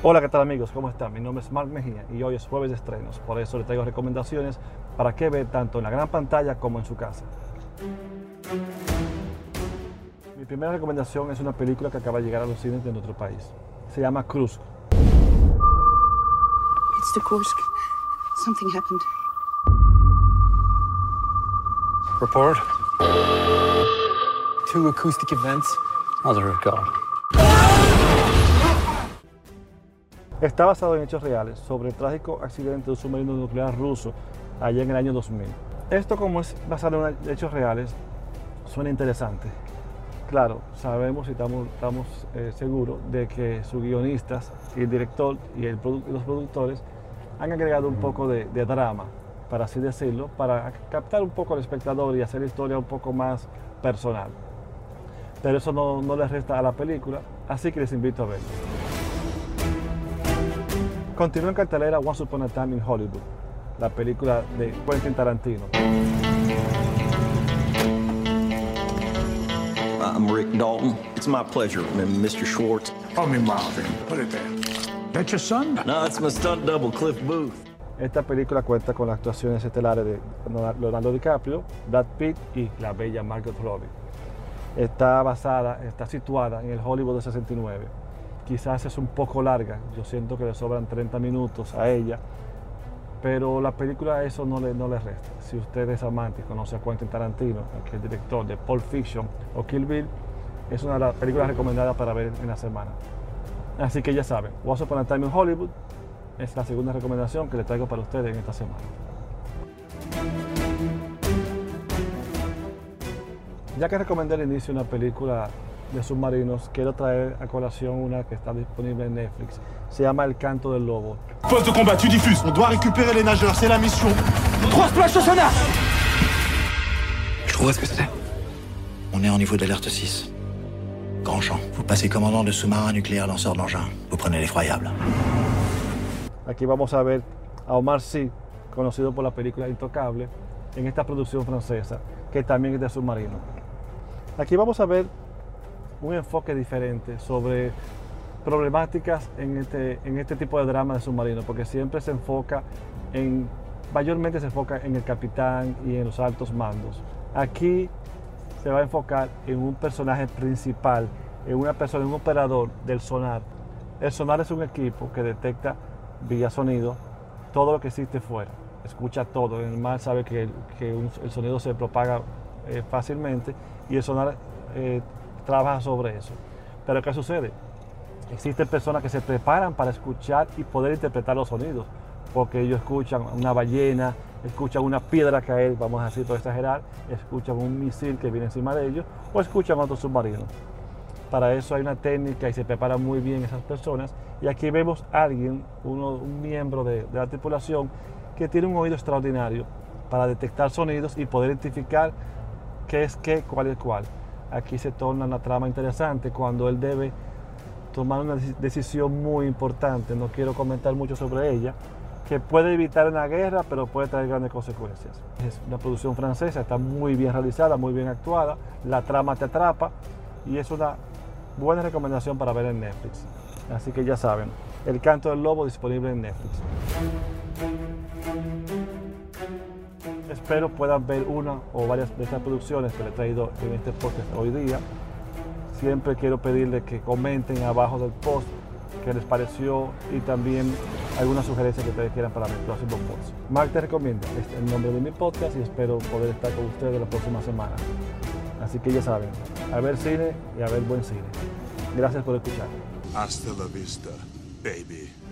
Hola, ¿qué tal amigos? ¿Cómo están? Mi nombre es Mark Mejía y hoy es jueves de estrenos. Por eso les traigo recomendaciones para que ver tanto en la gran pantalla como en su casa. Mi primera recomendación es una película que acaba de llegar a los cines de nuestro país. Se llama Kursk. It's to Kursk. Something happened. Report. 2 acoustic events. Mother of God. Está basado en hechos reales sobre el trágico accidente de un submarino nuclear ruso allá en el año 2000. Esto, como es basado en hechos reales, suena interesante. Claro, sabemos y estamos seguros de que sus guionistas y el director y los productores han agregado un poco de drama, para así decirlo, para captar un poco al espectador y hacer la historia un poco más personal. Pero eso no le resta a la película, así que les invito a verla. Continúa en cartelera Once Upon a Time in Hollywood, la película de Quentin Tarantino. I'm Rick Dalton. It's my pleasure, Mr. Schwartz. Call me Marvin. Put it there. That's your son? No, it's my stunt double, Cliff Booth. Esta película cuenta con las actuaciones estelares de Leonardo DiCaprio, Brad Pitt y la bella Margot Robbie. Está situada en el Hollywood de 69. Quizás es un poco larga, yo siento que le sobran 30 minutos a ella, pero la película a eso no le resta. Si usted es amante y conoce a Quentin Tarantino, que es el director de Pulp Fiction o Kill Bill, es una de las películas recomendadas para ver en la semana. Así que ya saben, Once Upon a Time in Hollywood es la segunda recomendación que le traigo para ustedes en esta semana. Ya que recomendé al inicio una película de submarinos, quiero traer a colación una que está disponible en Netflix. Se llama El Canto del Lobo. Poste de combat, tu diffuses. On doit récupérer les nageurs, c'est la mission. 3 splash au sonar. Je vois ce que c'est. On est au niveau d'alerte 6. Grand champ. Vous passez commandant de sous-marin nucléaire lanceur d'engins. Vous prenez l'effroyable. Aquí vamos a ver a Omar Sy, conocido por la película Intocable, en esta producción francesa, que también es de submarino. Aquí vamos a ver un enfoque diferente sobre problemáticas en este tipo de drama de submarino, porque siempre mayormente se enfoca en el capitán y en los altos mandos. Aquí se va a enfocar en un personaje principal, en un operador del sonar. El sonar es un equipo que detecta vía sonido todo lo que existe fuera, escucha todo. En el mar sabe que el sonido se propaga fácilmente y el sonar trabaja sobre eso. Pero ¿qué sucede? Existen personas que se preparan para escuchar y poder interpretar los sonidos, porque ellos escuchan una ballena, escuchan una piedra caer, vamos a decir por exagerar, escuchan un misil que viene encima de ellos o escuchan otro submarino. Para eso hay una técnica y se preparan muy bien esas personas. Y aquí vemos a alguien, un miembro de la tripulación, que tiene un oído extraordinario para detectar sonidos y poder identificar qué es qué, cuál es cuál. Aquí se torna una trama interesante cuando él debe tomar una decisión muy importante. No quiero comentar mucho sobre ella, que puede evitar una guerra, pero puede traer grandes consecuencias. Es una producción francesa, está muy bien realizada, muy bien actuada, la trama te atrapa y es una buena recomendación para ver en Netflix. Así que ya saben, El Canto del Lobo disponible en Netflix. Espero puedan ver una o varias de estas producciones que les he traído en este podcast hoy día. Siempre quiero pedirles que comenten abajo del post qué les pareció y también algunas sugerencias que ustedes quieran para mis próximos posts. Mark Te Recomienda es el nombre de mi podcast y espero poder estar con ustedes la próxima semana. Así que ya saben, a ver cine y a ver buen cine. Gracias por escuchar. Hasta la vista, baby.